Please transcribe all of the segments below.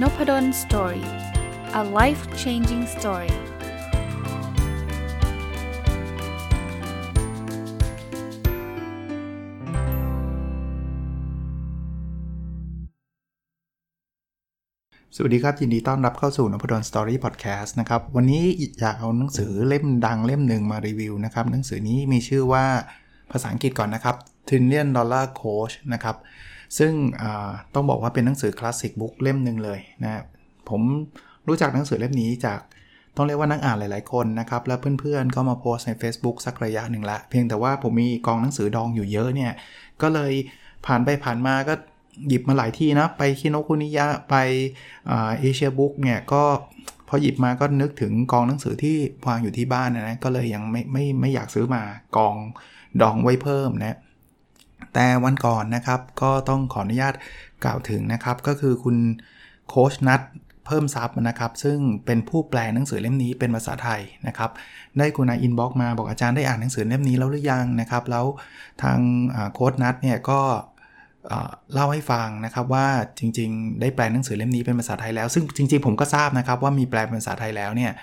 Noppadan Story. A life-changing story. สวัสดีครับยินดีต้อนรับเข้าสู่ Noppadan Story Podcast นะครับวันนี้อยากเอาหนังสือเล่มดังเล่มหนึ่งมารีวิวนะครับหนังสือนี้มีชื่อว่าภาษาอังกฤษก่อนนะครับ Trillion Dollar Coach นะครับซึ่งต้องบอกว่าเป็นหนังสือคลาสสิกบุ๊กเล่มหนึ่งเลยนะผมรู้จักหนังสือเล่มนี้จากต้องเรียกว่านักอ่านหลายๆคนนะครับแล้วเพื่อนๆก็มาโพสต์ใน Facebook สักระยะหนึ่งละเพียงแต่ว่าผมมีกองหนังสือดองอยู่เยอะเนี่ยก็เลยผ่านไปผ่านมาก็หยิบมาหลายที่นะไปคิโนคุนิยะไปเอเชียบุ๊กเนี่ยก็พอหยิบมาก็นึกถึงกองหนังสือที่วางอยู่ที่บ้านนะก็เลยยังไม่อยากซื้อมากองดองไว้เพิ่มนะแต่วันก่อนนะครับก็ต้องขออนุญาตกล่าวถึงนะครับก็คือคุณโค้ชนัทเพิ่มทรัพย์นะครับซึ่งเป็นผู้แปลหนังสือเล่มนี้เป็นภาษาไทยนะครับได้คุณอินบ็อกซ์มาบอกอาจารย์ได้อ่านหนังสือเล่มนี้แล้วหรือยังนะครับแล้วทางโค้ชนัทเนี่ยก็เล่าให้ฟังนะครับว่าจริงๆได้แปลหนังสือเล่มนี้เป็นภาษาไทยแล้วซึ่งจริงๆผมก็ทราบนะครับว่ามีแปลเป็นภาษาไทยแล้วเนี่ย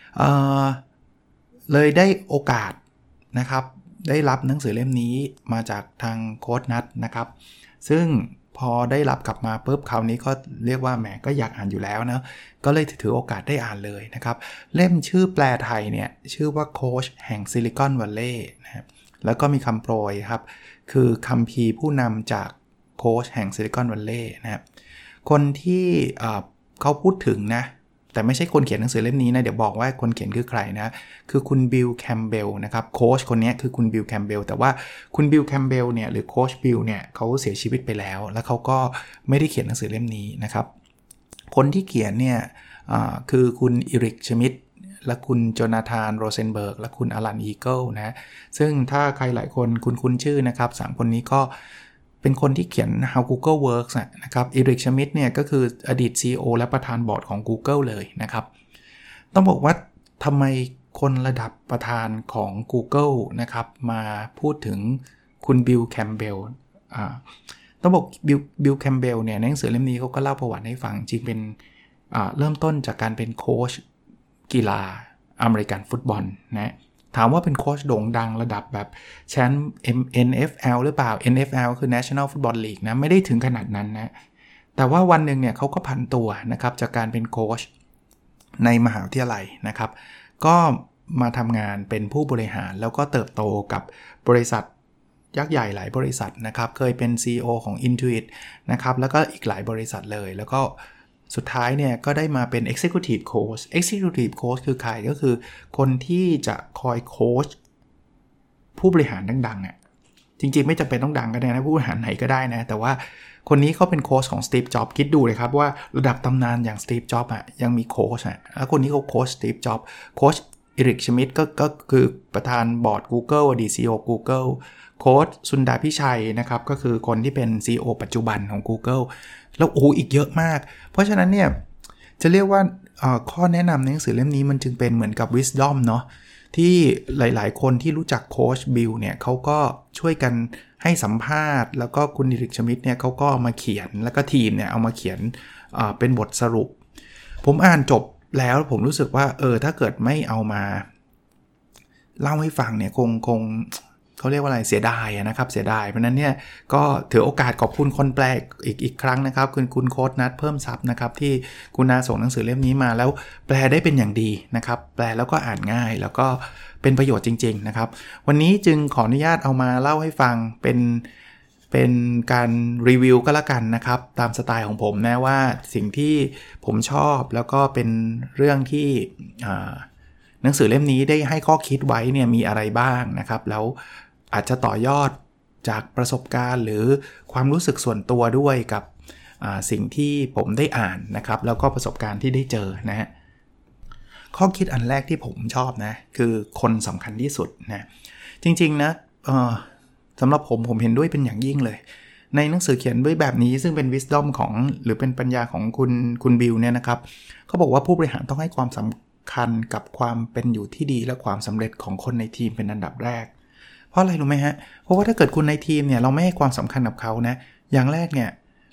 เลยได้โอกาสนะครับได้รับหนังสือเล่มนี้มาจากทางโค้ชนัทนะครับซึ่งพอได้รับกลับมาปุ๊บคราวนี้ก็เรียกว่าแหมก็อยากอ่านอยู่แล้วนะก็เลยถือโอกาสได้อ่านเลยนะครับเล่มชื่อแปลไทยเนี่ยชื่อว่าโค้ชแห่งซิลิคอนวัลเลย์นะครับแล้วก็มีคำโปรยครับคือคัมภีร์ผู้นำจากโค้ชแห่งซิลิคอนวัลเลย์นะครับคนที่เขาพูดถึงนะแต่ไม่ใช่คนเขียนหนังสือเล่มนี้นะเดี๋ยวบอกว่าคนเขียนคือใครนะคือคุณบิลแคมเบลนะครับโค้ชคนนี้คือคุณบิลแคมเบลแต่ว่าคุณบิลแคมเบลเนี่ยหรือโค้ชบิลเนี่ยเขาเสียชีวิตไปแล้วแล้วเขาก็ไม่ได้เขียนหนังสือเล่มนี้นะครับคนที่เขียนเนี่ยคือคุณอิริกชมิดและคุณโจนาธานโรเซนเบิร์กและคุณอลันอีเกิลนะซึ่งถ้าใครหลายคนคุ้นชื่อนะครับ3คนนี้ก็เป็นคนที่เขียน How Google Works นะครับอิริกชมิดเนี่ยก็คืออดีต CEO และประธานบอร์ดของ Google เลยนะครับต้องบอกว่าทำไมคนระดับประธานของ Google นะครับมาพูดถึงคุณบิลแคมเบลต้องบอกบิลแคมเบลเนี่ยในหนังสือเล่มนี้เขาก็เล่าประวัติให้ฟังจริงเป็นเริ่มต้นจากการเป็นโค้ชกีฬาอเมริกันฟุตบอลนะถามว่าเป็นโค้ชโด่งดังระดับแบบแชมป์ NFL หรือเปล่า NFL คือ National Football League นะไม่ได้ถึงขนาดนั้นนะแต่ว่าวันหนึ่งเนี่ยเขาก็ผันตัวนะครับจากการเป็นโค้ชในมหาวิทยาลัยนะครับก็มาทำงานเป็นผู้บริหารแล้วก็เติบโตกับบริษัทยักษ์ใหญ่หลายบริษัทนะครับเคยเป็น CEO ของ Intuit นะครับแล้วก็อีกหลายบริษัทเลยแล้วก็สุดท้ายเนี่ยก็ได้มาเป็น Executive Coach Executive Coach คือใครก็คือคนที่จะคอยโค้ชผู้บริหารดังๆอ่ะจริงๆไม่จำเป็นต้องดังก็ได้นะผู้บริหารไหนก็ได้นะแต่ว่าคนนี้เขาเป็นโค้ชของ Steve Jobs คิดดูเลยครับว่าระดับตำนานอย่าง Steve Jobs อ่ะยังมีโค้ชอ่ะแล้วคนนี้เขาโค้ช Steve Jobs โค้ชอิริกชมิดก็คือประธานบอร์ด Google อดีต CEO Google โค้ชสุนดาพิชัยนะครับก็คือคนที่เป็น CEO ปัจจุบันของ Google แล้วอีกเยอะมากเพราะฉะนั้นเนี่ยจะเรียกว่าข้อแนะนำในหนังสือเล่มนี้มันจึงเป็นเหมือนกับ wisdom เนาะที่หลายๆคนที่รู้จักโค้ชบิลเนี่ยเขาก็ช่วยกันให้สัมภาษณ์แล้วก็คุณอิริกชมิดเนี่ยเขาก็มาเขียนแล้วก็ทีมเนี่ยเอามาเขียนเป็นบทสรุปผมอ่านจบแล้วผมรู้สึกว่าถ้าเกิดไม่เอามาเล่าให้ฟังเนี่ยคงเขาเรียกว่าอะไรเสียดายนะครับเสียดายเพราะนั้นเนี่ยก็ถือโอกาสขอบคุณคนแปลอีกครั้งนะครับคุณโค้ชนัทเพิ่มทรัพย์นะครับที่คุณนาส่งหนังสือเล่มนี้มาแล้วแปลได้เป็นอย่างดีนะครับแปลแล้วก็อ่านง่ายแล้วก็เป็นประโยชน์จริงๆนะครับวันนี้จึงขออนุญาตเอามาเล่าให้ฟังเป็นการรีวิวก็แล้วกันนะครับตามสไตล์ของผมนะว่าสิ่งที่ผมชอบแล้วก็เป็นเรื่องที่หนังสือเล่มนี้ได้ให้ข้อคิดไว้เนี่ยมีอะไรบ้างนะครับแล้วอาจจะต่อยอดจากประสบการณ์หรือความรู้สึกส่วนตัวด้วยกับสิ่งที่ผมได้อ่านนะครับแล้วก็ประสบการณ์ที่ได้เจอนะฮะข้อคิดอันแรกที่ผมชอบนะคือคนสำคัญที่สุดนะจริงๆนะสำหรับผมเห็นด้วยเป็นอย่างยิ่งเลยในหนังสือเขียนด้วยแบบนี้ซึ่งเป็น wisdom ของหรือเป็นปัญญาของคุณบิลเนี่ยนะครับเขาบอกว่าผู้บริหารต้องให้ความสำคัญกับความเป็นอยู่ที่ดีและความสำเร็จของคนในทีมเป็นอันดับแรกเพราะอะไรรู้ไหมฮะเพราะว่าถ้าเกิดคุณในทีมเนี่ยเราไม่ให้ความสำคัญกับเขานะอย่างแรกเนี่ย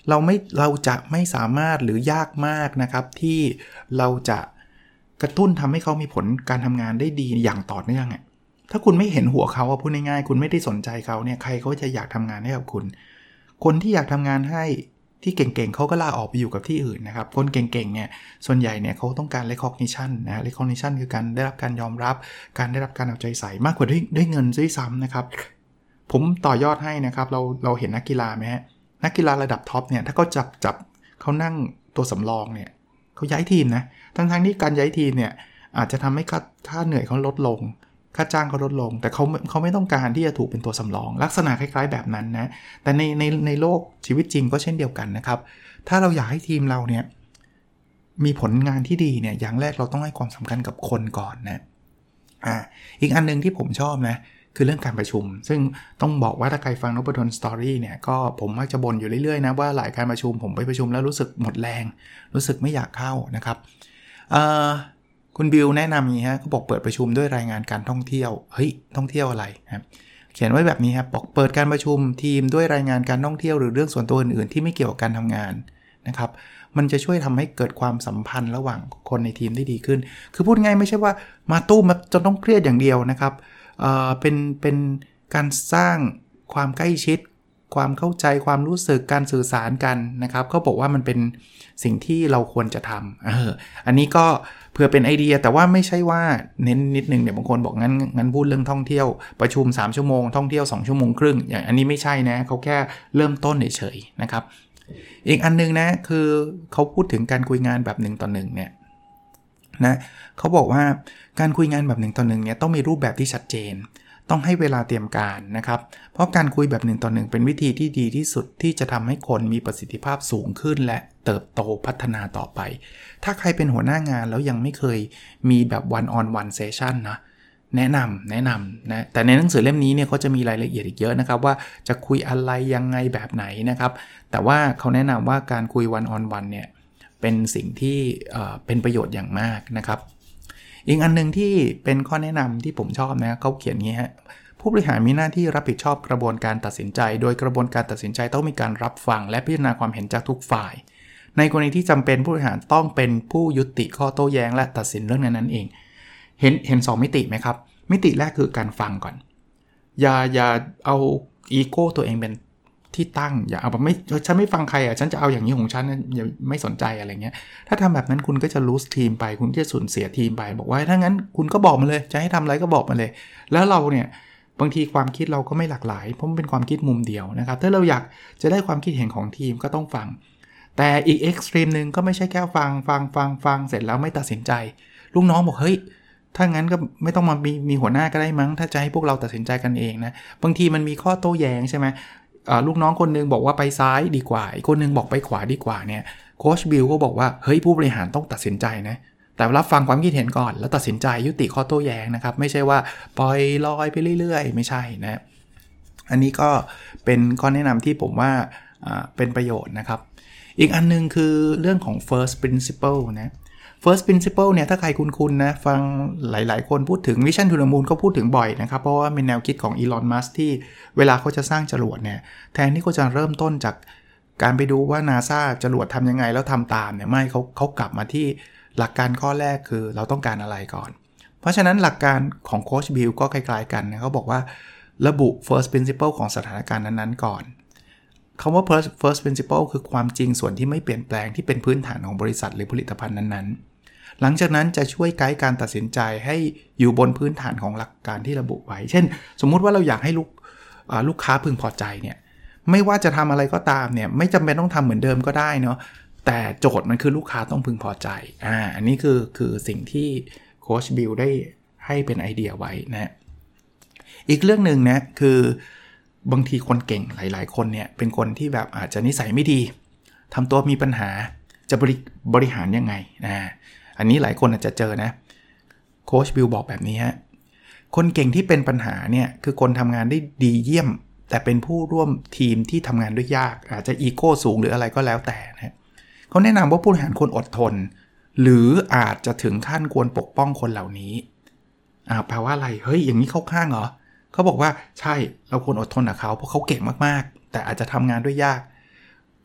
เราจะไม่สามารถหรือยากมากนะครับที่เราจะกระตุ้นทำให้เขามีผลการทำงานได้ดีอย่างต่อเนื่องถ้าคุณไม่เห็นหัวเขาพูดง่ายๆคุณไม่ได้สนใจเขาเนี่ยใครเขาจะอยากทำงานให้กับคุณคนที่อยากทำงานให้ที่เก่งๆเขาก็ลาออกไปอยู่กับที่อื่นนะครับคนเก่งๆเนี่ยส่วนใหญ่เนี่ยเขาต้องการ recognition นะ recognition คือการได้รับการยอมรับการได้รับการเอาใจใส่มากกว่าด้วยเงินด้วยซ้ำนะครับผมต่อยอดให้นะครับเราเห็นนักกีฬาไหมฮะนักกีฬาระดับท็อปเนี่ยถ้าเขาจับเขานั่งตัวสำรองเนี่ยเขาย้ายทีมนะทั้งที่การย้ายทีมเนี่ยอาจจะทำให้ค่าเหนื่อยเขาลดลงค่าจ้างเขาลดลงแต่เขาไม่ต้องการที่จะถูกเป็นตัวสำรองลักษณะคล้ายๆแบบนั้นนะแต่ในโลกชีวิตจริงก็เช่นเดียวกันนะครับถ้าเราอยากให้ทีมเราเนี่ยมีผลงานที่ดีเนี่ยอย่างแรกเราต้องให้ความสำคัญกับคนก่อนนะอีกอันนึงที่ผมชอบนะคือเรื่องการประชุมซึ่งต้องบอกว่าถ้าใครฟังนพดลสตอรี่เนี่ยก็ผมมักจะบ่นอยู่เรื่อยๆนะว่าหลายการประชุมผมไปประชุมแล้วรู้สึกหมดแรงรู้สึกไม่อยากเข้านะครับคุณบิลแนะนำอย่างนี้ฮะเขาบอกเปิดประชุมด้วยรายงานการท่องเที่ยวเฮ้ยท่องเที่ยวอะไรครับเขียนไว้แบบนี้ครับบอกเปิดการประชุมทีมด้วยรายงานการท่องเที่ยวหรือเรื่องส่วนตัวอื่นๆที่ไม่เกี่ยวกับการทำงานนะครับมันจะช่วยทำให้เกิดความสัมพันธ์ระหว่างคนในทีมได้ดีขึ้นคือพูดง่ายไม่ใช่ว่ามาตู้มาจนต้องเครียดอย่างเดียวนะครับเป็นการสร้างความใกล้ชิดความเข้าใจความรู้สึกการสื่อสารกันนะครับเขาบอกว่ามันเป็นสิ่งที่เราควรจะทำอันนี้ก็เพื่อเป็นไอเดียแต่ว่าไม่ใช่ว่าเน้นนิดนึงเดี๋ยวบางคนบอกงั้นพูดเรื่องท่องเที่ยวประชุม3ชั่วโมงท่องเที่ยว2ชั่วโมงครึ่งอย่างอันนี้ไม่ใช่นะเขาแค่เริ่มต้นเฉยๆนะครับอีกอันนึงนะคือเขาพูดถึงการคุยงานแบบ1ต่อ1เนี่ยนะเขาบอกว่าการคุยงานแบบ1ต่อ1เนี่ยต้องมีรูปแบบที่ชัดเจนต้องให้เวลาเตรียมการนะครับเพราะการคุยแบบ1ต่อ1เป็นวิธีที่ดีที่สุดที่จะทำให้คนมีประสิทธิภาพสูงขึ้นและเติบโตพัฒนาต่อไปถ้าใครเป็นหัวหน้างานแล้วยังไม่เคยมีแบบ one on one session นะแนะนำนะแต่ในหนังสือเล่มนี้เนี่ยเขาจะมีรายละเอียดอีกเยอะนะครับว่าจะคุยอะไรยังไงแบบไหนนะครับแต่ว่าเขาแนะนำว่าการคุย one on one เนี่ยเป็นสิ่งที่เป็นประโยชน์อย่างมากนะครับอีกอันนึงที่เป็นข้อแนะนำที่ผมชอบนะเขาเขียนงี้ฮะผู้บริหารมีหน้าที่รับผิดชอบกระบวนการตัดสินใจโดยกระบวนการตัดสินใจต้องมีการรับฟังและพิจารณาความเห็นจากทุกฝ่ายในกรณีที่จำเป็นผู้บริหารต้องเป็นผู้ยุติข้อโต้แย้งและตัดสินเรื่องนั้นเองเห็น2มิติไหมครับมิติแรกคือการฟังก่อนอย่าเอาอีโก้ตัวเองเป็นที่ตั้งอย่าเอาแบบไม่ฉันไม่ฟังใครฉันจะเอาอย่างนี้ของฉันอย่าไม่สนใจอะไรเงี้ยถ้าทำแบบนั้นคุณก็จะ lose ทีมไปคุณจะสูญเสียทีมไปบอกว่าถ้างั้นคุณก็บอกมาเลยจะให้ทำอะไรก็บอกมาเลยแล้วเราเนี่ยบางทีความคิดเราก็ไม่หลากหลายเพราะมันเป็นความคิดมุมเดียวนะครับถ้าเราอยากจะได้ความคิดเห็นของทีมก็ต้องฟังแต่อีกเอ็กซ์ตรีมนึงก็ไม่ใช่แค่ฟังเสร็จแล้วไม่ตัดสินใจลูกน้องบอกเฮ้ยถ้างั้นก็ไม่ต้องมามีหัวหน้าก็ได้มั้งถ้าจะให้พวกเราตัดสินใจกันเองนะบางทีมันมีข้อโต้แย้งใช่ไหมลูกน้องคนนึงบอกว่าไปซ้ายดีกว่าอีกคนนึงบอกไปขวาดีกว่าเนี่ยโค้ชบิลก็บอกว่าเฮ้ยผู้บริหารต้องตัดสินใจนะแต่รับฟังความคิดเห็นก่อนแล้วตัดสินใจยุติข้อโต้แย้งนะครับไม่ใช่ว่าปล่อยลอยไปเรื่อยๆไม่ใช่นะอันนี้ก็เป็นข้อแนะนำที่ผมว่าเป็นประโยชน์นะครับอีกอันนึงคือเรื่องของ first principle นะ first principle เนี่ยถ้าใครคุ้นๆนะฟังหลายๆคนพูดถึง Mission to the Moon ก็พูดถึงบ่อยนะครับเพราะว่าเป็นแนวคิดของ Elon Musk ที่เวลาเขาจะสร้างจรวดเนี่ยแทนที่เขาจะเริ่มต้นจากการไปดูว่า NASA จรวดทำยังไงแล้วทำตามเนี่ยไม่เขากลับมาที่หลักการข้อแรกคือเราต้องการอะไรก่อนเพราะฉะนั้นหลักการของโค้ชบิลก็คล้ายๆกันนะเขาบอกว่าระบุ first principle ของสถานการณ์นั้นๆก่อนคำว่า first principle คือความจริงส่วนที่ไม่เปลี่ยนแปลงที่เป็นพื้นฐานของบริษัทหรือผลิตภัณฑ์นั้นๆหลังจากนั้นจะช่วยไกด์การตัดสินใจให้อยู่บนพื้นฐานของหลักการที่ระบุไว้เช่นสมมุติว่าเราอยากให้ลูกค้าพึงพอใจเนี่ยไม่ว่าจะทำอะไรก็ตามเนี่ยไม่จำเป็นต้องทำเหมือนเดิมก็ได้เนาะแต่โจทย์มันคือลูกค้าต้องพึงพอใจอันนี้คือสิ่งที่โค้ชบิลได้ให้เป็นไอเดียไว้นะอีกเรื่องนึงนะคือบางทีคนเก่งหลายๆคนเนี่ยเป็นคนที่แบบอาจจะนิสัยไม่ดีทำตัวมีปัญหาจะบริหารยังไงอันนี้หลายคนอาจจะเจอนะโค้ชบิลบอกแบบนี้ฮะคนเก่งที่เป็นปัญหาเนี่ยคือคนทำงานได้ดีเยี่ยมแต่เป็นผู้ร่วมทีมที่ทำงานด้วยยากอาจจะอีโก้สูงหรืออะไรก็แล้วแต่นะเขาแนะนำว่าผู้บริหารควรอดทนหรืออาจจะถึงขั้นควรปกป้องคนเหล่านี้แปลว่าอะไรเฮ้ยอย่างนี้เข้าข้างเหรอเขาบอกว่าใช่เราควรอดทนกับเขาเพราะเขาเก่งมากๆแต่อาจจะทำงานด้วยยาก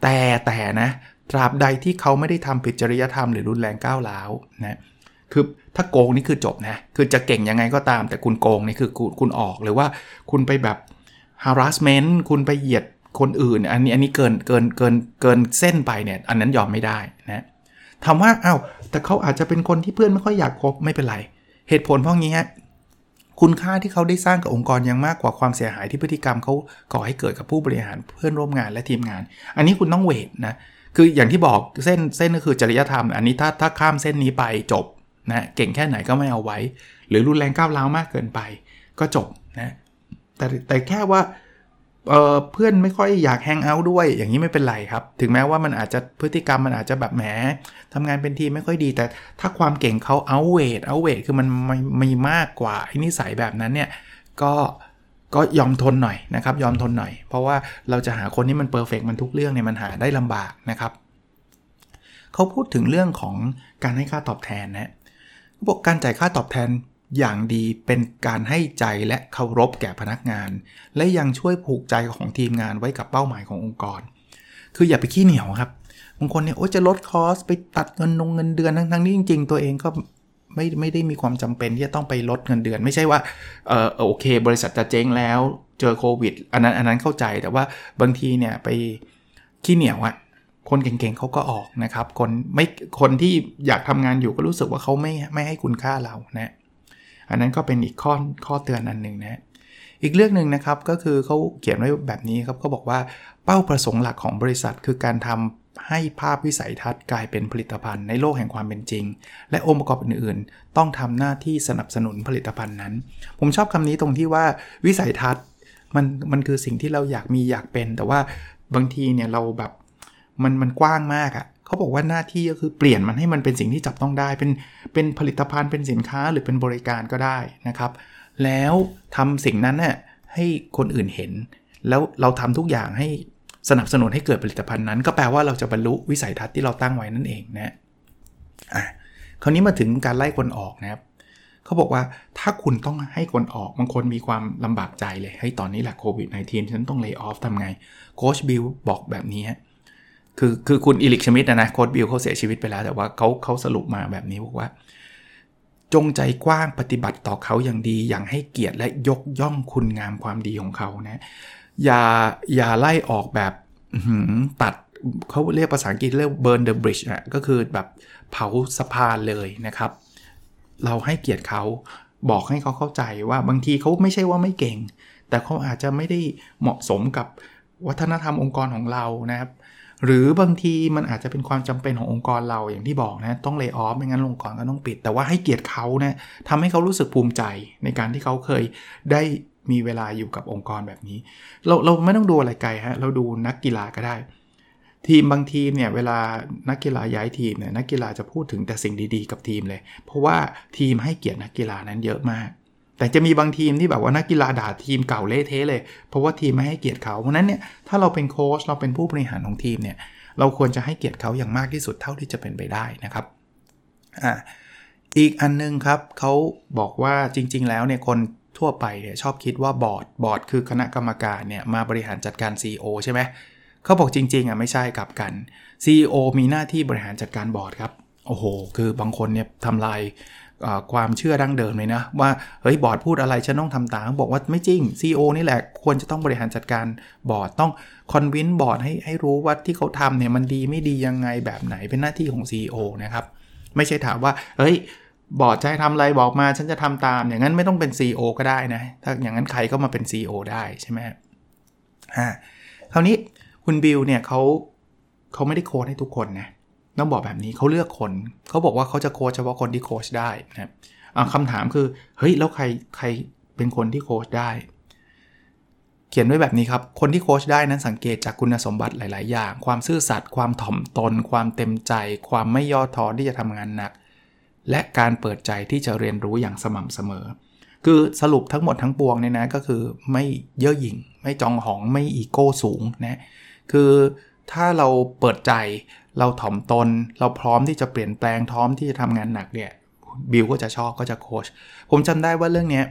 แต่นะตราบใดที่เขาไม่ได้ทำผิดจริยธรรมหรือรุนแรงก้าวร้าวนะคือถ้าโกงนี่คือจบนะคือจะเก่งยังไงก็ตามแต่คุณโกงนี่คือคุณออกหรือว่าคุณไปแบบ harassment คุณไปเหยียดคนอื่นอันนี้เกินเส้นไปเนี่ยอันนั้นยอมไม่ได้นะถามว่าแต่เขาอาจจะเป็นคนที่เพื่อนไม่ค่อยอยากคบไม่เป็นไรเหตุผลเพราะงี้ฮะคุณค่าที่เขาได้สร้างกับองค์กรยังมากกว่าความเสียหายที่พฤติกรรมเขาก่อให้เกิดกับผู้บริหารเพื่อนร่วมงานและทีมงานอันนี้คุณต้องเวทนะคืออย่างที่บอกเส้นก็คือจริยธรรมอันนี้ถ้าข้ามเส้นนี้ไปจบนะเก่งแค่ไหนก็ไม่เอาไว้หรือรุนแรงก้าวร้าวมากเกินไปก็จบนะแต่แค่ว่าเพื่อนไม่ค่อยอยากแฮงเอาท์ด้วยอย่างนี้ไม่เป็นไรครับถึงแม้ว่ามันอาจจะพฤติกรรมมันอาจจะแบบแหมทำงานเป็นทีมไม่ค่อยดีแต่ถ้าความเก่งเขาเอาเวทคือมันมีมากกว่านิสัยแบบนั้นเนี่ยก็ยอมทนหน่อยนะครับยอมทนหน่อยเพราะว่าเราจะหาคนที่มันเพอร์เฟกต์มันทุกเรื่องเนี่ยมันหาได้ลำบากนะครับเขาพูดถึงเรื่องของการให้ค่าตอบแทนนะบอกการจ่ายค่าตอบแทนอย่างดีเป็นการให้ใจและเคารพแก่พนักงานและยังช่วยผูกใจของทีมงานไว้กับเป้าหมายขององค์กรคืออย่าไปขี้เหนียวครับบางคนเนี่ยจะลดคอสไปตัดเงินเดือนทั้งนี้จริงๆตัวเองก็ไม่ได้มีความจำเป็นที่จะต้องไปลดเงินเดือนไม่ใช่ว่าโอเคบริษัทจะเจ๊งแล้วเจอโควิดอันนั้นเข้าใจแต่ว่าบางทีเนี่ยไปขี้เหนียวอะคนเก่งๆเขาก็ออกนะครับคนที่อยากทำงานอยู่ก็รู้สึกว่าเขาไม่ให้คุณค่าเรานะอันนั้นก็เป็นอีกข้อเตือนอันหนึ่งนะอีกเรื่องนึงนะครับก็คือเขาเขียนไว้แบบนี้ครับเขาบอกว่าเป้าประสงค์หลักของบริษัทคือการทำให้ภาพวิสัยทัศน์กลายเป็นผลิตภัณฑ์ในโลกแห่งความเป็นจริงและองค์ประกอบอื่นๆต้องทำหน้าที่สนับสนุนผลิตภัณฑ์นั้นผมชอบคำนี้ตรงที่ว่าวิสัยทัศน์มันคือสิ่งที่เราอยากมีอยากเป็นแต่ว่าบางทีเนี่ยเราแบบมันกว้างมากอะเขาบอกว่าหน้าที่ก็คือเปลี่ยนมันให้มันเป็นสิ่งที่จับต้องได้เป็นผลิตภัณฑ์เป็นสินค้าหรือเป็นบริการก็ได้นะครับแล้วทำสิ่งนั้นน่ะให้คนอื่นเห็นแล้วเราทำทุกอย่างให้สนับสนุนให้เกิดผลิตภัณฑ์นั้นก็แปลว่าเราจะบรรลุวิสัยทัศน์ที่เราตั้งไว้นั่นเองนะคราวนี้มาถึงการไล่คนออกนะครับเขาบอกว่าถ้าคุณต้องให้คนออกบางคนมีความลำบากใจเลยเฮ้ยตอนนี้แหละโควิด -19 ฉันต้องเลย์ออฟทำไงโค้ชบิลบอกแบบนี้คือคุณอิลิกชมิดนะโค้ชบิลเขาเสียชีวิตไปแล้วแต่ว่าเขาสรุปมาแบบนี้บอกว่าจงใจกว้างปฏิบัติต่อเขาอย่างดีอย่างให้เกียรติและยกย่องคุณงามความดีของเขานะอย่าไล่ออกแบบตัดเขาเรียกภาษาอังกฤษเรียก burn the bridge นะก็คือแบบเผาสะพานเลยนะครับเราให้เกียรติเขาบอกให้เขาเข้าใจว่าบางทีเขาไม่ใช่ว่าไม่เก่งแต่เขาอาจจะไม่ได้เหมาะสมกับวัฒนธรรมองค์กรของเรานะครับหรือบางทีมันอาจจะเป็นความจำเป็นขององค์กรเราอย่างที่บอกนะต้องเลย์ออฟไม่งั้นองค์กรก็ต้องปิดแต่ว่าให้เกียรติเขานะทำให้เขารู้สึกภูมิใจในการที่เขาเคยได้มีเวลาอยู่กับองค์กรแบบนี้เราไม่ต้องดูอะไรไกลฮะเราดูนักกีฬาก็ได้ทีมบางทีมเนี่ยเวลานักกีฬาย้ายทีมเนี่ยนักกีฬาจะพูดถึงแต่สิ่งดีๆกับทีมเลยเพราะว่าทีมให้เกียรตินักกีฬานั้นเยอะมากแต่จะมีบางทีมที่แบบว่านักกีฬาด่าทีมเก่าเละเทะเลยเพราะว่าทีมไม่ให้เกียรติเขาเพราะนั้นเนี่ยถ้าเราเป็นโค้ชเราเป็นผู้บริหารของทีมเนี่ยเราควรจะให้เกียรติเขาอย่างมากที่สุดเท่าที่จะเป็นไปได้นะครับอีกอันนึงครับเขาบอกว่าจริงๆแล้วเนี่ยคนทั่วไปเนี่ยชอบคิดว่าบอร์ดคือคณะกรรมการเนี่ยมาบริหารจัดการ CEO ใช่ไหมเขาบอกจริงๆไม่ใช่กลับกัน CEO มีหน้าที่บริหารจัดการบอร์ดครับโอ้โหคือบางคนเนี่ยทำลายความเชื่อดั้งเดิมเลยนะว่าเฮ้ยบอร์ดพูดอะไรฉันต้องทำตามบอกว่าไม่จริง CEO นี่แหละควรจะต้องบริหารจัดการบอร์ดต้องคอนวินบอร์ดให้รู้ว่าที่เขาทำเนี่ยมันดีไม่ดียังไงแบบไหนเป็นหน้าที่ของ CEO นะครับไม่ใช่ถามว่าเฮ้ยบอร์ดจะให้ทำอะไรบอกมาฉันจะทำตามอย่างนั้นไม่ต้องเป็น CEO ก็ได้นะถ้าอย่างนั้นใครก็มาเป็น CEO ได้ใช่ไหมคราวนี้คุณบิลเนี่ยเขาไม่ได้โค้ชให้ทุกคนนะต้องบอกแบบนี้เขาเลือกคนเขาบอกว่าเขาจะโค้ชเฉพาะคนที่โค้ชได้นะคำถามคือเฮ้ยแล้วใครเป็นคนที่โค้ชได้เขียนไว้แบบนี้ครับคนที่โค้ชได้นั้นสังเกตจากคุณสมบัติหลายๆอย่างความซื่อสัตย์ความถ่อมตนความเต็มใจความไม่ย่อท้อที่จะทำงานหนักและการเปิดใจที่จะเรียนรู้อย่างสม่ำเสมอคือสรุปทั้งหมดทั้งปวงเนี่ยนะก็คือไม่เย่อหยิ่งไม่จองหองไม่อีโก้สูงนะคือถ้าเราเปิดใจเราถ่อมตนเราพร้อมที่จะเปลี่ยนแปลงพร้อมที่จะทำงานหนักเนี่ยบิลก็จะชอบก็จะโค้ชผมจำได้ว่าเรื่องนี้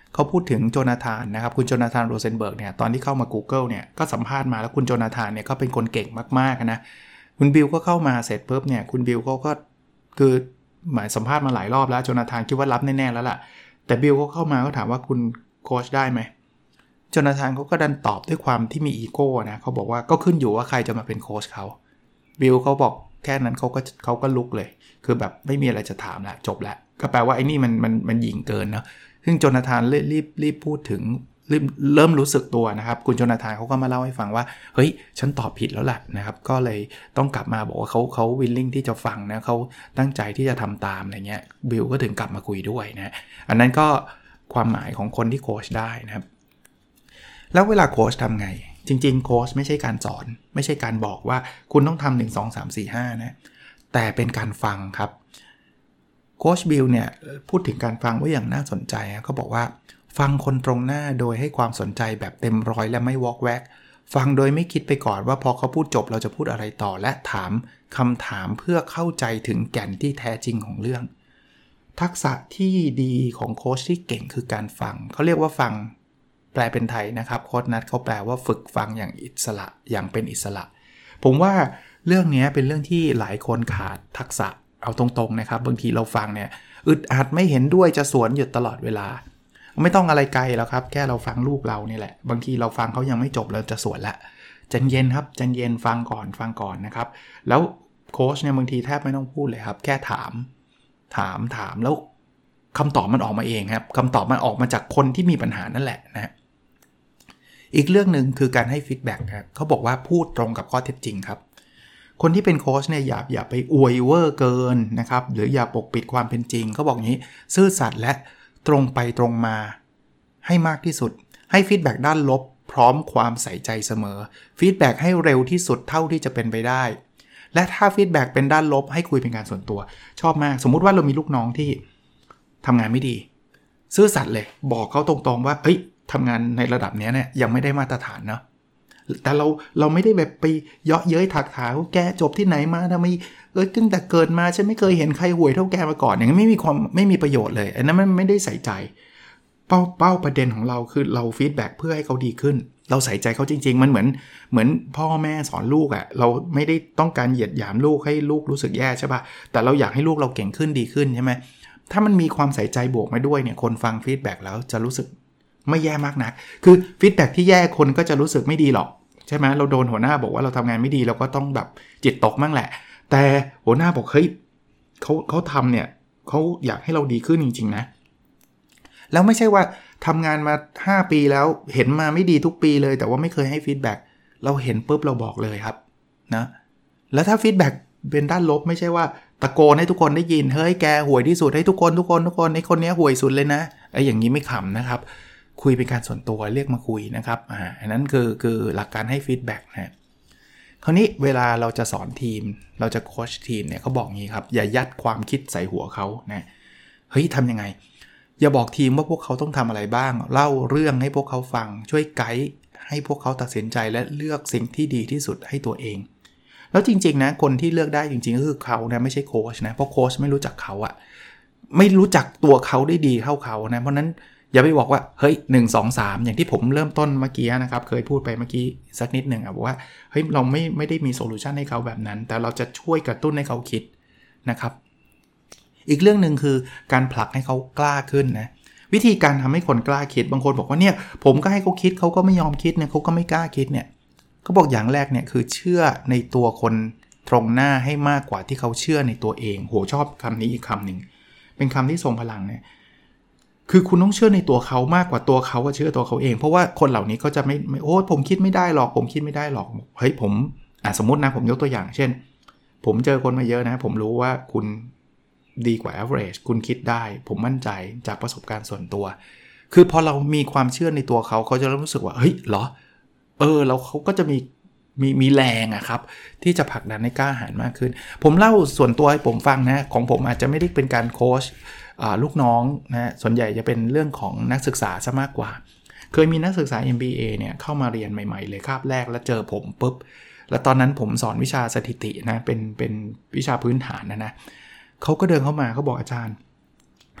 เขาพูดถึงโจนาธานนะครับคุณโจนาธานโรเซนเบิร์กเนี่ยตอนที่เข้ามา Google เนี่ยก็สัมภาษณ์มาแล้วคุณโจนาธานเนี่ยก็เป็นคนเก่งมากๆนะคุณบิลก็เข้ามาเสร็จปุ๊บเนี่ยคุณบิลก็คือหมายสัมภาษณ์มาหลายรอบแล้วโจนาธานคิดว่ารับแน่ๆแล้วล่ะแต่บิลก็เข้ามาก็ถามว่าคุณโค้ชได้ไหมโจนาธานเขาก็ดันตอบด้วยความที่มีอีโก้นะเขาบอกว่าก็ขึ้นอยู่ว่าใครจะมาเป็นโค้ชเขาบิลเขาบอกแค่นั้นเขาก็ลุกเลยคือแบบไม่มีอะไรจะถามละจบละก็แปลว่าไอ้นี่มันหยิ่งเกินเนาะซึ่งโจนาธานรีบพูดถึงเริ่มรู้สึกตัวนะครับคุณโจนาธานเขาก็มาเล่าให้ฟังว่าเฮ้ยฉันตอบผิดแล้วแหละนะครับก็เลยต้องกลับมาบอกว่าเขาวิลลิ่งที่จะฟังนะเขาตั้งใจที่จะทำตามอะไรเงี้ยบิลก็ถึงกลับมาคุยด้วยนะอันนั้นก็ความหมายของคนที่โค้ชได้นะครับแล้วเวลาโค้ชทำไงจริงๆโค้ชไม่ใช่การสอนไม่ใช่การบอกว่าคุณต้องทำ1 2 3 4 5นะแต่เป็นการฟังครับโค้ชบิลเนี่ยพูดถึงการฟังไว้อย่างน่าสนใจเขาบอกว่าฟังคนตรงหน้าโดยให้ความสนใจแบบเต็มร้อยและไม่วอกแวกฟังโดยไม่คิดไปก่อนว่าพอเขาพูดจบเราจะพูดอะไรต่อและถามคำถามเพื่อเข้าใจถึงแก่นที่แท้จริงของเรื่องทักษะที่ดีของโค้ชที่เก่งคือการฟังเขาเรียกว่าฟังแปลเป็นไทยนะครับโค้ชนัทเขาแปลว่าฝึกฟังอย่างอิสระอย่างเป็นอิสระผมว่าเรื่องนี้เป็นเรื่องที่หลายคนขาดทักษะเอาตรงๆนะครับบางทีเราฟังเนี่ยอึดอัดไม่เห็นด้วยจะสวนอยู่ตลอดเวลาไม่ต้องอะไรไกลแล้วครับแค่เราฟังลูกเรานี่แหละบางทีเราฟังเขายังไม่จบเราจะสวนละใจเย็นครับใจเย็นฟังก่อนนะครับแล้วโค้ชเนี่ยบางทีแทบไม่ต้องพูดเลยครับแค่ถามแล้วคำตอบมันออกมาเองครับคำตอบมันออกมาจากคนที่มีปัญหานั่นแหละนะอีกเรื่องนึงคือการให้ฟีดแบ็กครับเขาบอกว่าพูดตรงกับข้อเท็จจริงครับคนที่เป็นโค้ชเนี่ยอย่าไปอวยเวอร์เกินนะครับหรืออย่าปกปิดความเป็นจริงเขาบอกงี้ซื่อสัตย์และตรงไปตรงมาให้มากที่สุดให้ฟีดแบ็กด้านลบพร้อมความใส่ใจเสมอฟีดแบ็กให้เร็วที่สุดเท่าที่จะเป็นไปได้และถ้าฟีดแบ็กเป็นด้านลบให้คุยเป็นการส่วนตัวชอบมากสมมุติว่าเรามีลูกน้องที่ทำงานไม่ดีซื่อสัตย์เลยบอกเขาตรงๆว่าเอ้ยทำงานในระดับนี้เนี่ยยังไม่ได้มาตรฐานเนาะแต่เราไม่ได้แบบไปเยาะเย้ยถักถางว่าแกจบที่ไหนมาทำไมตั้งแต่เกิดมาฉันไม่เคยเห็นใครห่วยเท่าแกมาก่อนอย่างนี้ไม่มีประโยชน์เลยอันนั้นมันไม่ได้ใส่ใจเป้าประเด็นของเราคือเราฟีดแบ็กเพื่อให้เขาดีขึ้นเราใส่ใจเขาจริงๆมันเหมือนพ่อแม่สอนลูกเราไม่ได้ต้องการเหยียดหยามลูกให้ลูกรู้สึกแย่ใช่ป่ะแต่เราอยากให้ลูกเราเก่งขึ้นดีขึ้นใช่ไหมถ้ามันมีความใส่ใจบวกมาด้วยเนี่ยคนฟังฟีดแบ็กแล้วจะรู้สึกไม่แย่มากนักคือฟีดแบ็กที่แย่คนก็จะรู้สึกไม่ดีหรอกใช่ไหมเราโดนหัวหน้าบอกว่าเราทำงานไม่ดีเราก็ต้องแบบจิตตกมั่งแหละแต่หัวหน้าบอกเฮ้ยเขาทำเนี่ยเขาอยากให้เราดีขึ้นจริงๆนะแล้วไม่ใช่ว่าทำงานมา5ปีแล้วเห็นมาไม่ดีทุกปีเลยแต่ว่าไม่เคยให้ฟีดแบ็กเราเห็นปุ๊บเราบอกเลยครับนะแล้วถ้าฟีดแบ็กเป็นด้านลบไม่ใช่ว่าตะโกนให้ทุกคนได้ยินเฮ้ยแกห่วยที่สุดให้ทุกคนไอ้คนนี้ห่วยสุดเลยนะไอ้อย่างนี้ไม่ขำนะครับคุยเป็นการส่วนตัวเรียกมาคุยนะครับอันนั้นคือหลักการให้ฟีดแบ็กนะคราวนี้เวลาเราจะสอนทีมเราจะโค้ชทีมเนี่ยเขาบอกงี้ครับอย่ายัดความคิดใส่หัวเขานะเฮ้ยทำยังไงอย่าบอกทีมว่าพวกเขาต้องทำอะไรบ้างเล่าเรื่องให้พวกเขาฟังช่วยไกด์ให้พวกเขาตัดสินใจและเลือกสิ่งที่ดีที่สุดให้ตัวเองแล้วจริงๆนะคนที่เลือกได้จริงๆก็คือเขานะไม่ใช่โค้ชนะเพราะโค้ชไม่รู้จักเขาไม่รู้จักตัวเขาได้ดีเท่าเขานะเพราะนั้นอย่าไปบอกว่าเฮ้ย1 2 3อย่างที่ผมเริ่มต้นเมื่อกี้นะครับเคยพูดไปเมื่อกี้สักนิดนึงบอกว่าเฮ้ยเราไม่ได้มีโซลูชันให้เขาแบบนั้นแต่เราจะช่วยกระตุ้นให้เขาคิดนะครับอีกเรื่องนึงคือการผลักให้เขากล้าขึ้นนะวิธีการทำให้คนกล้าคิดบางคนบอกว่าเนี่ยผมก็ให้เขาคิดเขาก็ไม่ยอมคิดเนี่ยเขาก็ไม่กล้าคิดเนี่ยเขาบอกอย่างแรกเนี่ยคือเชื่อในตัวคนตรงหน้าให้มากกว่าที่เขาเชื่อในตัวเองโหชอบคำนี้อีกคำหนึ่งเป็นคำที่ทรงพลังเนี่ยคือคุณต้องเชื่อในตัวเขามากกว่าตัวเขาเชื่อตัวเขาเองเพราะว่าคนเหล่านี้ก็จะไม่โอ้ผมคิดไม่ได้หรอกเฮ้ยผมสมมตินะผมยกตัวอย่างเช่นผมเจอคนมาเยอะนะผมรู้ว่าคุณดีกว่า average คุณคิดได้ผมมั่นใจจากประสบการณ์ส่วนตัวคือพอเรามีความเชื่อในตัวเขาจะรู้สึกว่าเฮ้ยเหรอแล้วเขาก็จะมีแรงครับที่จะผลักดันให้กล้าหาญมากขึ้นผมเล่าส่วนตัวให้ผมฟังนะของผมอาจจะไม่ได้เป็นการโค้ชลูกน้องนะส่วนใหญ่จะเป็นเรื่องของนักศึกษาซะมากกว่าเคยมีนักศึกษา MBA เนี่ยเข้ามาเรียนใหม่ๆเลยคาบแรกแล้วเจอผมปุ๊บแล้วตอนนั้นผมสอนวิชาสถิตินะเป็นวิชาพื้นฐานนะเขาก็เดินเข้ามาเขาบอกอาจารย์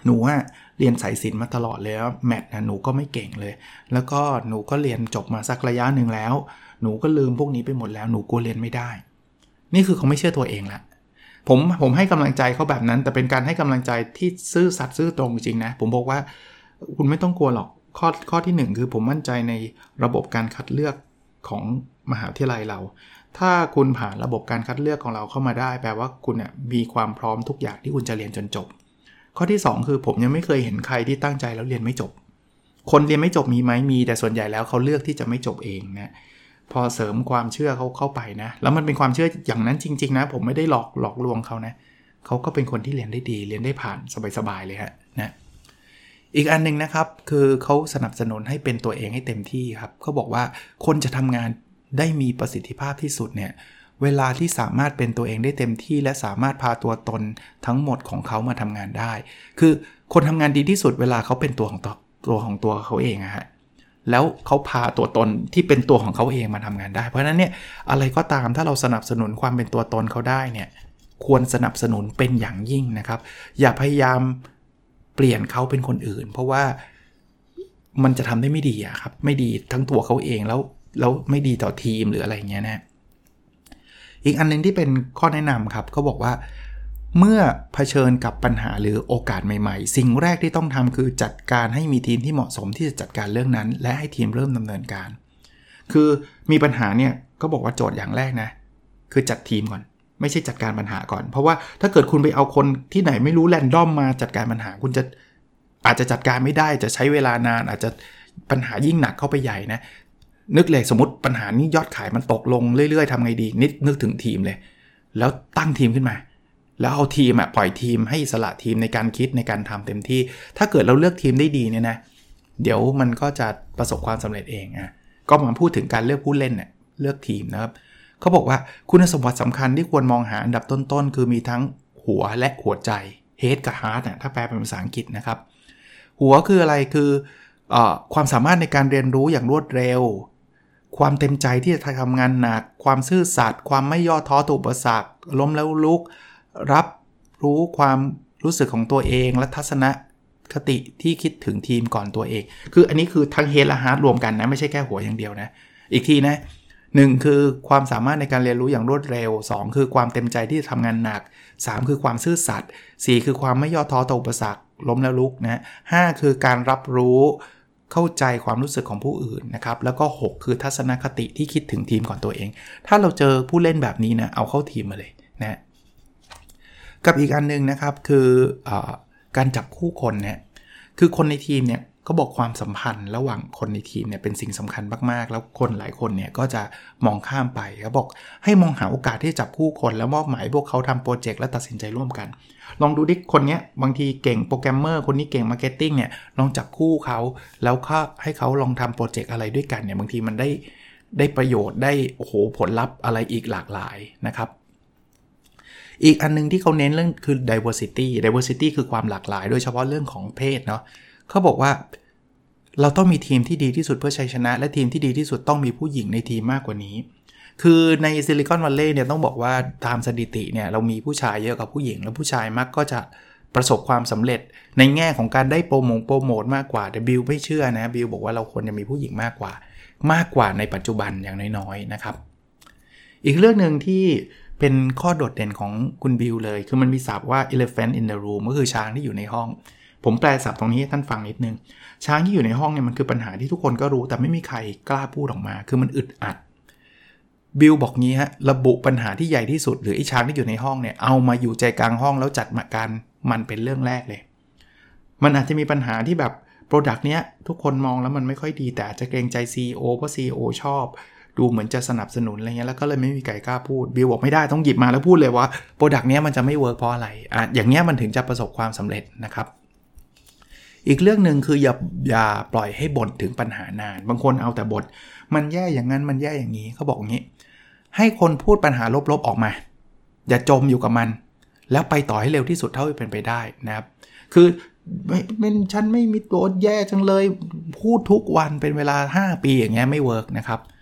หนูเรียนสายศิลป์มาตลอดเลยแมทหนูก็ไม่เก่งเลยแล้วก็หนูก็เรียนจบมาสักระยะนึงแล้วหนูก็ลืมพวกนี้ไปหมดแล้วหนูกลัวเรียนไม่ได้นี่คือเขาไม่เชื่อตัวเองละผมให้กำลังใจเขาแบบนั้นแต่เป็นการให้กำลังใจที่ซื่อสัตย์ซื่อตรงจริงนะผมบอกว่าคุณไม่ต้องกลัวหรอกข้อที่1คือผมมั่นใจในระบบการคัดเลือกของมหาวิทยาลัยเราถ้าคุณผ่านระบบการคัดเลือกของเราเข้ามาได้แปลว่าคุณเนี่ยมีความพร้อมทุกอย่างที่คุณจะเรียนจนจบข้อที่2คือผมยังไม่เคยเห็นใครที่ตั้งใจแล้วเรียนไม่จบคนเรียนไม่จบมีไหมมีแต่ส่วนใหญ่แล้วเขาเลือกที่จะไม่จบเองนะพอเสริมความเชื่อเขาเข้าไปนะแล้วมันเป็นความเชื่ออย่างนั้นจริงๆนะผมไม่ได้หลอกลวงเขานะเขาก็เป็นคนที่เรียนได้ดีเรียนได้ผ่านสบายๆเลยฮะนะอีกอันนึงนะครับคือเขาสนับสนุนให้เป็นตัวเองให้เต็มที่ครับเขาบอกว่าคนจะทำงานได้มีประสิทธิภาพที่สุดเนี่ยเวลาที่สามารถเป็นตัวเองได้เต็มที่และสามารถพาตัวตนทั้งหมดของเขามาทำงานได้คือคนทำงานดีที่สุดเวลาเขาเป็นตัวของตัวเขาเองอะฮะแล้วเขาพาตัวตนที่เป็นตัวของเขาเองมาทำงานได้เพราะฉะนั้นเนี่ยอะไรก็ตามถ้าเราสนับสนุนความเป็นตัวตนเขาได้เนี่ยควรสนับสนุนเป็นอย่างยิ่งนะครับอย่าพยายามเปลี่ยนเขาเป็นคนอื่นเพราะว่ามันจะทำได้ไม่ดีอะครับไม่ดีทั้งตัวเขาเองแล้วไม่ดีต่อทีมหรืออะไรเงี้ยนะอีกอันนึงที่เป็นข้อแนะนำครับเขาบอกว่าเมื่อเผชิญกับปัญหาหรือโอกาสใหม่ๆสิ่งแรกที่ต้องทำคือจัดการให้มีทีมที่เหมาะสมที่จะจัดการเรื่องนั้นและให้ทีมเริ่มดำเนินการคือมีปัญหาเนี่ยก็บอกว่าโจทย์อย่างแรกนะคือจัดทีมก่อนไม่ใช่จัดการปัญหาก่อนเพราะว่าถ้าเกิดคุณไปเอาคนที่ไหนไม่รู้แรนดอมมาจัดการปัญหาคุณอาจจะจัดการไม่ได้จะใช้เวลานานอาจจะปัญหายิ่งหนักเข้าไปใหญ่นะนึกเลยสมมติปัญหานี้ยอดขายมันตกลงเรื่อยๆทำไงดีนึกถึงทีมเลยแล้วตั้งทีมขึ้นมาแล้วเอาทีมปล่อยทีมให้อิสระทีมในการคิดในการทำเต็มที่ถ้าเกิดเราเลือกทีมได้ดีเนี่ยนะเดี๋ยวมันก็จะประสบความสำเร็จเองก็มาพูดถึงการเลือกผู้เล่นเนี่ยเลือกทีมนะครับเขาบอกว่าคุณสมบัติสำคัญที่ควรมองหาอันดับต้นๆคือมีทั้งหัวและหัวใจ head กับ heart ถ้าแปลเป็นภาษาอังกฤษนะครับหัวคืออะไรคือความสามารถในการเรียนรู้อย่างรวดเร็วความเต็มใจที่จะทำงานหนักความซื่อสัตย์ความไม่ย่อท้อต่ออุปสรรคล้มแล้วลุกรับรู้ความรู้สึกของตัวเองและทัศนคติที่คิดถึงทีมก่อนตัวเองคืออันนี้คือทั้ง head และ heart รวมกันนะไม่ใช่แค่หัวอย่างเดียวนะอีกทีนะ1คือความสามารถในการเรียนรู้อย่างรวดเร็ว2คือความเต็มใจที่จะทำงานหนัก3คือความซื่อสัตย์4คือความไม่ย่อท้อต่ออุปสรรคล้มแล้วลุกนะ5คือการรับรู้เข้าใจความรู้สึกของผู้อื่นนะครับแล้วก็6คือทัศนคติที่คิดถึงทีมก่อนตัวเองถ้าเราเจอผู้เล่นแบบนี้นะเอาเข้าทีมมาเลยนะกับอีกอันนึงนะครับคือการจับคู่คนเนี่ยคือคนในทีมเนี่ยเขาบอกความสัมพันธ์ระหว่างคนในทีมเนี่ยเป็นสิ่งสำคัญมากๆแล้วคนหลายคนเนี่ยก็จะมองข้ามไปเขาบอกให้มองหาโอกาสที่จะจับคู่คนแล้วมอบหมายพวกเขาทำโปรเจกต์และตัดสินใจร่วมกันลองดูดิคนนี้บางทีเก่งโปรแกรมเมอร์คนนี้เก่งมาร์เก็ตติ้งเนี่ยลองจับคู่เขาแล้วก็ให้เขาลองทำโปรเจกต์อะไรด้วยกันเนี่ยบางทีมันได้ประโยชน์ได้โอ้โหผลลัพธ์อะไรอีกหลากหลายนะครับอีกอันนึงที่เขาเน้นเรื่องคือ diversity คือความหลากหลายโดยเฉพาะเรื่องของเพศเนาะเขาบอกว่าเราต้องมีทีมที่ดีที่สุดเพื่อชัยชนะและทีมที่ดีที่สุดต้องมีผู้หญิงในทีมมากกว่านี้คือในซิลิคอนวัลเลย์เนี่ยต้องบอกว่าตามสถิติเนี่ยเรามีผู้ชายเยอะกว่าผู้หญิงแล้วผู้ชายมักก็จะประสบความสำเร็จในแง่ของการได้โปรโมทมากกว่าแต่บิลไม่เชื่อนะบิลบอกว่าเราควรจะมีผู้หญิงมากกว่าในปัจจุบันอย่างน้อยๆนะครับอีกเรื่องนึงที่เป็นข้อโดดเด่นของคุณบิลเลยคือมันมีศัพท์ว่า elephant in the room ก็คือช้างที่อยู่ในห้องผมแปลศัพท์ตรงนี้ให้ท่านฟังนิดนึงช้างที่อยู่ในห้องเนี่ยมันคือปัญหาที่ทุกคนก็รู้แต่ไม่มีใครกล้าพูดออกมาคือมันอึดอัดบิลบอกงี้ฮะระบุปัญหาที่ใหญ่ที่สุดหรือไอ้ช้างที่อยู่ในห้องเนี่ยเอามาอยู่ใจกลางห้องแล้วจัดการมันเป็นเรื่องแรกเลยมันอาจจะมีปัญหาที่แบบโปรดักต์เนี้ยทุกคนมองแล้วมันไม่ค่อยดีแต่อาจจะเกรงใจ CEO เพราะ CEO ชอบดูเหมือนจะสนับสนุนอะไรเงี้ยแล้วก็เลยไม่มีใครกล้าพูดบิลบอกไม่ได้ต้องหยิบมาแล้วพูดเลยว่าโปรดักต์เนี้ยมันจะไม่เวิร์คเพราะอะไรอย่างเงี้ยมันถึงจะประสบความสำเร็จนะครับอีกเรื่องนึงคืออย่าปล่อยให้บ่นถึงปัญหานานบางคนเอาแต่บ่นมันแย่อย่างนั้นมันแย่อย่างนี้เขาบอกงี้ให้คนพูดปัญหาลบๆออกมาอย่าจมอยู่กับมันแล้วไปต่อให้เร็วที่สุดเท่าที่เป็นไปได้นะครับคือฉันไม่มีตัวแย่จังเลยพูดทุกวันเป็นเวลา5 ปีอย่างเงี้ยไม่เวิร์กนะครับเ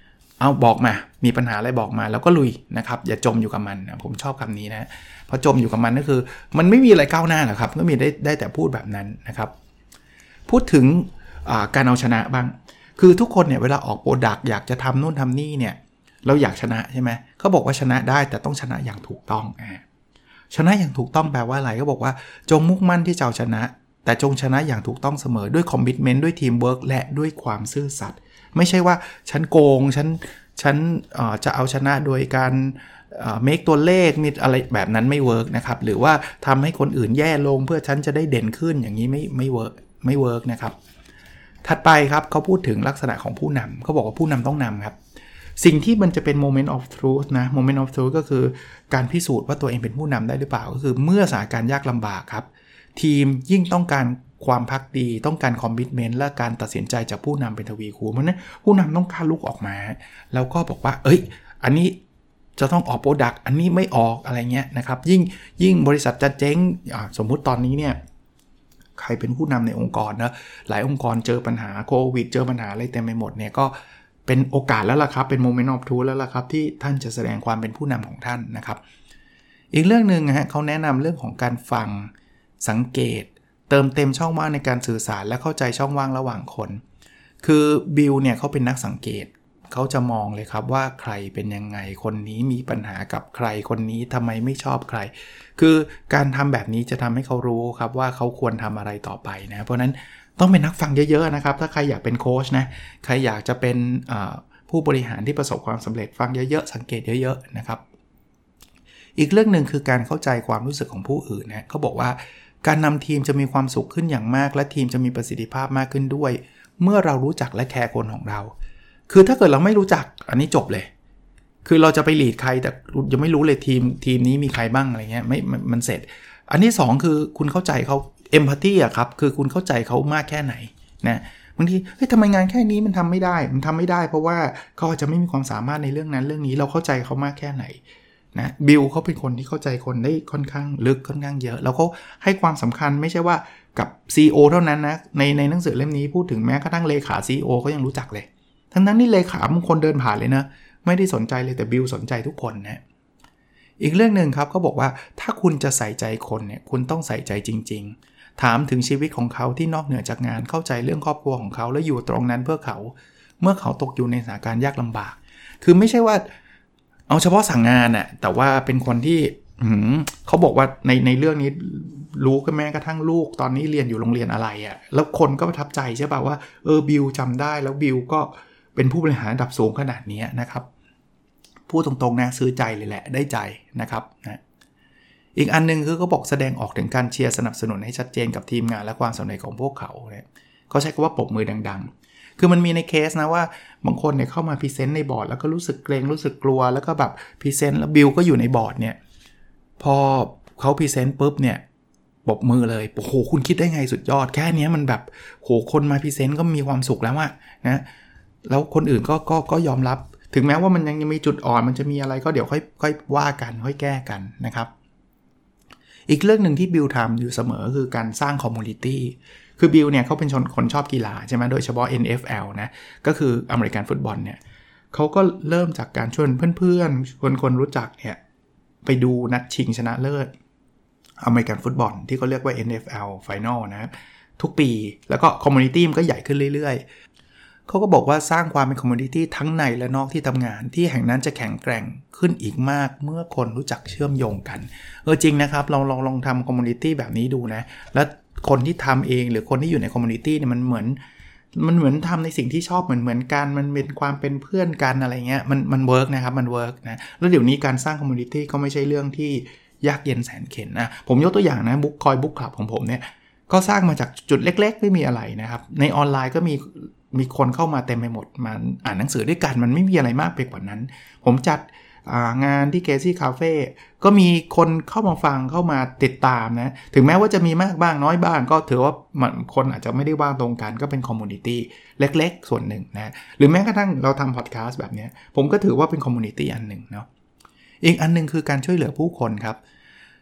เอาบอกมามีปัญหาอะไรบอกมาแล้วก็ลุยนะครับอย่าจมอยู่กับมันนะผมชอบคำนี้นะเพราะจมอยู่กับมันก็คือมันไม่มีอะไรก้าวหน้าหรอกครับก็มีได้แต่พูดแบบนั้นนะครับพูดถึงการเอาชนะบ้างคือทุกคนเนี่ยเวลาออกโปรดักต์อยากจะทำนู่นทำนี่เนี่ยเราอยากชนะใช่ไหมเขาบอกว่าชนะได้แต่ต้องชนะอย่างถูกต้องชนะอย่างถูกต้องแปลว่าอะไรก็บอกว่าจงมุ่งมั่นที่จะเอาชนะแต่จงชนะอย่างถูกต้องเสมอด้วยคอมมิตเมนต์ด้วยทีมเวิร์กและด้วยความซื่อสัตย์ไม่ใช่ว่าฉันโกงฉันจะเอาชนะโดยการเมคตัวเลขมีอะไรแบบนั้นไม่เวิร์กนะครับหรือว่าทำให้คนอื่นแย่ลงเพื่อฉันจะได้เด่นขึ้นอย่างนี้ไม่เวิร์กนะครับถัดไปครับเขาพูดถึงลักษณะของผู้นำเขาบอกว่าผู้นำต้องนำครับสิ่งที่มันจะเป็น moment of truth นะ moment of truth ก็คือการพิสูจน์ว่าตัวเองเป็นผู้นำได้หรือเปล่าก็คือเมื่อสถานการณ์ยากลำบากครับทีมยิ่งต้องการความภักดีต้องการคอมมิตเมนต์และการตัดสินใจจากผู้นำเป็นทวีคูณเพราะนั้นผู้นำต้องการลุกออกมาแล้วก็บอกว่าอันนี้จะต้องออกโปรดักต์อันนี้ไม่ออกอะไรเงี้ยนะครับยิ่งบริษัทจะเจ๊งสมมุติตอนนี้เนี่ยใครเป็นผู้นำในองค์กรนะหลายองค์กรเจอปัญหาโควิดเจอปัญหาอะไรเต็มไปหมดเนี่ยก็เป็นโอกาสแล้วล่ะครับเป็น moment of truth แล้วล่ะครับที่ท่านจะแสดงความเป็นผู้นำของท่านนะครับอีกเรื่องนึงนะฮะเขาแนะนำเรื่องของการฟังสังเกตเติมเต็มช่องว่างในการสื่อสารและเข้าใจช่องว่างระหว่างคนคือบิลเนี่ยเขาเป็นนักสังเกตเขาจะมองเลยครับว่าใครเป็นยังไงคนนี้มีปัญหากับใครคนนี้ทำไมไม่ชอบใครคือการทำแบบนี้จะทำให้เขารู้ครับว่าเขาควรทำอะไรต่อไปนะเพราะนั้นต้องเป็นนักฟังเยอะๆนะครับถ้าใครอยากเป็นโค้ชนะใครอยากจะเป็นผู้บริหารที่ประสบความสำเร็จฟังเยอะๆสังเกตเยอะๆนะครับอีกเรื่องนึงคือการเข้าใจความรู้สึกของผู้อื่นนะเขาบอกว่าการนำทีมจะมีความสุขขึ้นอย่างมากและทีมจะมีประสิทธิภาพมากขึ้นด้วยเมื่อเรารู้จักและแคร์คนของเราคือถ้าเกิดเราไม่รู้จักอันนี้จบเลยคือเราจะไปลีดใครแต่ยังไม่รู้เลยทีมนี้มีใครบ้างอะไรเงี้ยมันเสร็จอันที่2คือคุณเข้าใจเขาเอมพัตตี้อะครับคือคุณเข้าใจเขามากแค่ไหนนะบางทีทำไมงานแค่นี้มันทำไม่ได้เพราะว่าเขาอาจจะไม่มีความสามารถในเรื่องนั้นเรื่องนี้เราเข้าใจเขามากแค่ไหนนะบิลเขาเป็นคนที่เข้าใจคนได้ค่อนข้างลึกค่อนข้างเยอะแล้วเขาให้ความสำคัญไม่ใช่ว่ากับ CEO เท่านั้นนะในหนังสือเล่มนี้พูดถึงแม้กระทั่งเลขา CEO เขายังรู้จักเลยทั้งนั้นนี่เลขาบางคนเดินผ่านเลยนะไม่ได้สนใจเลยแต่บิลสนใจทุกคนนะอีกเรื่องนึงครับเขาบอกว่าถ้าคุณจะใส่ใจคนเนี่ยคุณต้องใส่ใจจริงๆถามถึงชีวิตของเขาที่นอกเหนือจากงานเข้าใจเรื่องครอบครัวของเขาและอยู่ตรงนั้นเพื่อเขาเมื่อเขาตกอยู่ในสถานการณ์ยากลำบากคือไม่ใช่ว่าเอาเฉพาะสั่งงานน่ะแต่ว่าเป็นคนที่เขาบอกว่าในเรื่องนี้รู้กันแม้กระทั่งลูกตอนนี้เรียนอยู่โรงเรียนอะไรอ่ะแล้วคนก็ประทับใจใช่ป่ะว่าบิลจำได้แล้วบิลก็เป็นผู้บริหารระดับสูงขนาดนี้นะครับพูดตรงๆนะซื้อใจเลยแหละได้ใจนะครับนะอีกอันนึงคือเขาบอกแสดงออกถึงการเชียร์สนับสนุนให้ชัดเจนกับทีมงานและความสำเร็จของพวกเขาเนี่ยเขาใช้คำว่าปรบมือดังๆคือมันมีในเคสนะว่าบางคนเนี่ยเข้ามาพรีเซนต์ในบอร์ดแล้วก็รู้สึกเกรงรู้สึกกลัวแล้วก็แบบพรีเซนต์แล้วบิลก็อยู่ในบอร์ดเนี่ยพอเขาพรีเซนต์ปุ๊บเนี่ยปรบมือเลยโอ้โหคุณคิดได้ไงสุดยอดแค่นี้มันแบบโหคนมาพรีเซนต์ก็มีความสุขแล้วอะนะแล้วคนอื่นก็ยอมรับถึงแม้ว่ามันยังมีจุดอ่อนมันจะมีอะไรก็เดี๋ยวค่อยว่ากันค่อยแก้กันนะครับอีกเรื่องนึงที่บิลทำอยู่เสมอคือการสร้างคอมมูนิตี้คือบิลเนี่ยเขาเป็นคนชอบกีฬาใช่ไหมโดยเฉพาะ NFL นะก็คืออเมริกันฟุตบอลเนี่ยเขาก็เริ่มจากการชวนเพื่อนๆคนรู้จักเนี่ยไปดูนัดชิงชนะเลิศอเมริกันฟุตบอลที่เขาเรียกว่า NFL Final นะทุกปีแล้วก็คอมมูนิตี้มันก็ใหญ่ขึ้นเรื่อยๆเขาก็บอกว่าสร้างความเป็นคอมมูนิตี้ทั้งในและนอกที่ทำงานที่แห่งนั้นจะแข็งแกร่งขึ้นอีกมากเมื่อคนรู้จักเชื่อมโยงกันจริงนะครับลองทำคอมมูนิตี้แบบนี้ดูนะแล้วคนที่ทำเองหรือคนที่อยู่ในคอมมูนิตี้เนี่ยมันเหมือนทำในสิ่งที่ชอบเหมือนกันมันเป็นความเป็นเพื่อนกันอะไรเงี้ยมันเวิร์กนะครับมันเวิร์กนะแล้วเดี๋ยวนี้การสร้างคอมมูนิตี้ก็ไม่ใช่เรื่องที่ยากเย็นแสนเข็ญนะผมยกตัวอย่างนะบุ๊กคลับของผมเนี่ยก็สร้างมาจากจุดเล็กๆไม่มีอะไรนะครับในออนไลน์ก็มีคนเข้ามาเต็มไปหมดมาอ่านหนังสือด้วยกันมันไม่มีอะไรมากไปกว่านั้นผมจัดงานที่เกซี่คาเฟ่ก็มีคนเข้ามาฟังเข้ามาติดตามนะถึงแม้ว่าจะมีมากบ้างน้อยบ้างก็ถือว่าคนอาจจะไม่ได้ว่างตรงกันก็เป็นคอมมูนิตี้เล็กๆส่วนหนึ่งนะหรือแม้กระทั่งเราทำพอดแคสต์แบบนี้ผมก็ถือว่าเป็นคอมมูนิตี้อันหนึ่งเนาะอีกอันนึงคือการช่วยเหลือผู้คนครับ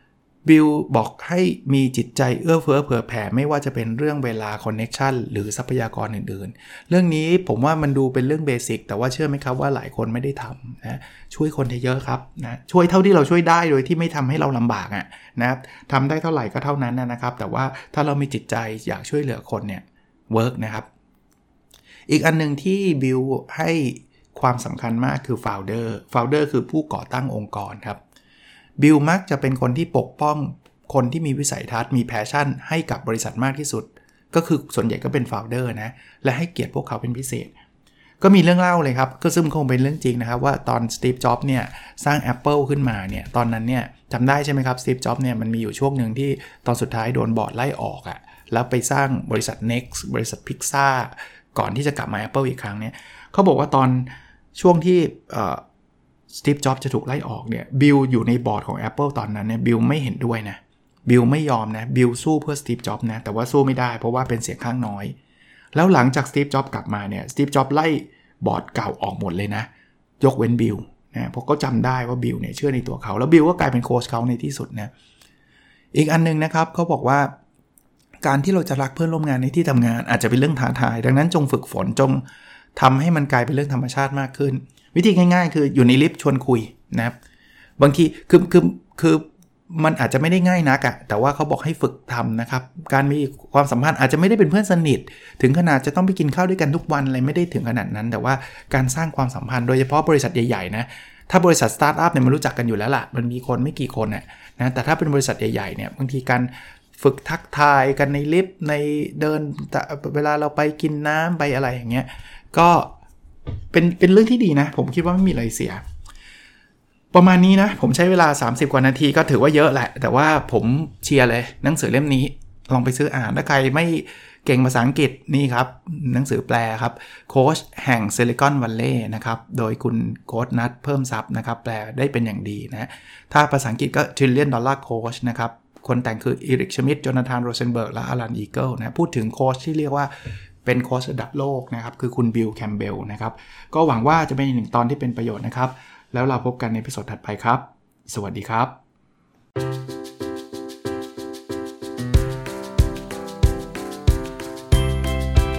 บิลบอกให้มีจิตใจเอื้อเฟื้อเผื่อแผ่ไม่ว่าจะเป็นเรื่องเวลาคอนเนคชั่นหรือทรัพยากรอื่นๆเรื่องนี้ผมว่ามันดูเป็นเรื่องเบสิกแต่ว่าเชื่อไหมครับว่าหลายคนไม่ได้ทำนะช่วยคนเยอะครับนะช่วยเท่าที่เราช่วยได้โดยที่ไม่ทำให้เราลำบากนะครับทำได้เท่าไหร่ก็เท่านั้นนะครับแต่ว่าถ้าเรามีจิตใจอยากช่วยเหลือคนเนี่ยเวิร์กนะครับอีกอันนึงที่บิลให้ความสำคัญมากคือ founder คือผู้ก่อตั้งองค์กรครับบิลมักจะเป็นคนที่ปกป้องคนที่มีวิสัยทัศน์มีแพชชั่นให้กับบริษัทมากที่สุดก็คือส่วนใหญ่ก็เป็น founder นะและให้เกียรติพวกเขาเป็นพิเศษก็มีเรื่องเล่าเลยครับก็ซึ่งคงเป็นเรื่องจริงนะครับว่าตอน Steve Jobs เนี่ยสร้าง Apple ขึ้นมาเนี่ยตอนนั้นเนี่ยจำได้ใช่ไหมครับ Steve Jobs เนี่ยมันมีอยู่ช่วงหนึ่งที่ตอนสุดท้ายโดนบอร์ดไล่ออกแล้วไปสร้างบริษัท Next บริษัท Pixar ก่อนที่จะกลับมา Apple อีกครั้งเนี่ยเขาบอกว่าตอนช่วงที่สตีฟ จ็อบส์จะถูกไล่ออกเนี่ยบิลอยู่ในบอร์ดของ Apple ตอนนั้นเนี่ยบิลไม่เห็นด้วยนะบิลไม่ยอมนะบิลสู้เพื่อสตีฟ จ็อบส์นะแต่ว่าสู้ไม่ได้เพราะว่าเป็นเสียงข้างน้อยแล้วหลังจากสตีฟ จ็อบส์กลับมาเนี่ยสตีฟ จ็อบส์ไล่บอร์ดเก่าออกหมดเลยนะยกเว้นบิลนะเพราะก็จำได้ว่าบิลเนี่ยเชื่อในตัวเขาแล้วบิลก็กลายเป็นโค้ชเขาในที่สุดนะอีกอันนึงนะครับเขาบอกว่าการที่เราจะรักเพื่อนร่วมงานในที่ทำงานอาจจะเป็นเรื่องท้าทายดังนั้นจงฝึกฝนจงทำให้มันกลายเป็นเรื่องธรรมชาติมากขึ้นวิธีง่ายๆคืออยู่ในลิฟต์ชวนคุยนะครับบางทีคือมันอาจจะไม่ได้ง่ายนักแต่ว่าเขาบอกให้ฝึกทำนะครับการมีความสัมพันธ์อาจจะไม่ได้เป็นเพื่อนสนิทถึงขนาดจะต้องไปกินข้าวด้วยกันทุกวันอะไรไม่ได้ถึงขนาดนั้นแต่ว่าการสร้างความสัมพันธ์โดยเฉพาะบริษัทใหญ่ๆนะถ้าบริษัทสตาร์ทอัพเนี่ยมันรู้จักกันอยู่แล้วล่ะมันมีคนไม่กี่คนนะแต่ถ้าเป็นบริษัทใหญ่ๆเนี่ยบางทีการฝึกทักทายกันในลิฟต์ในเดินเวลาเราไปกินน้ำไปอะไรอย่างเงี้ยก็เป็นเรื่องที่ดีนะผมคิดว่าไม่มีอะไรเสียประมาณนี้นะผมใช้เวลา30กว่านาทีก็ถือว่าเยอะแหละแต่ว่าผมเชียร์เลยหนังสือเล่มนี้ลองไปซื้ออ่านถ้าใครไม่เก่งภาษาอังกฤษนี่ครับหนังสือแปลครับโค้ชแห่งซิลิคอนวัลเลย์นะครับโดยคุณโค้ชนัทเพิ่มทรัพย์นะครับแปลได้เป็นอย่างดีนะถ้าภาษาอังกฤษก็ Trillion Dollar Coach นะครับคนแต่งคืออีริก ชมิดโจนาธานโรเซนเบิร์กและอลันอีเกิลนะพูดถึงโค้ชที่เรียกว่าเป็นโค้ชระดับโลกนะครับคือคุณบิลแคมเบลนะครับก็หวังว่าจะเป็นอีกหนึ่งตอนที่เป็นประโยชน์นะครับแล้วเราพบกันในตอนถัดไปครับสวัสดีครับ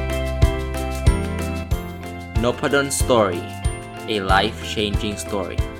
Nopadon Story, a life-changing story.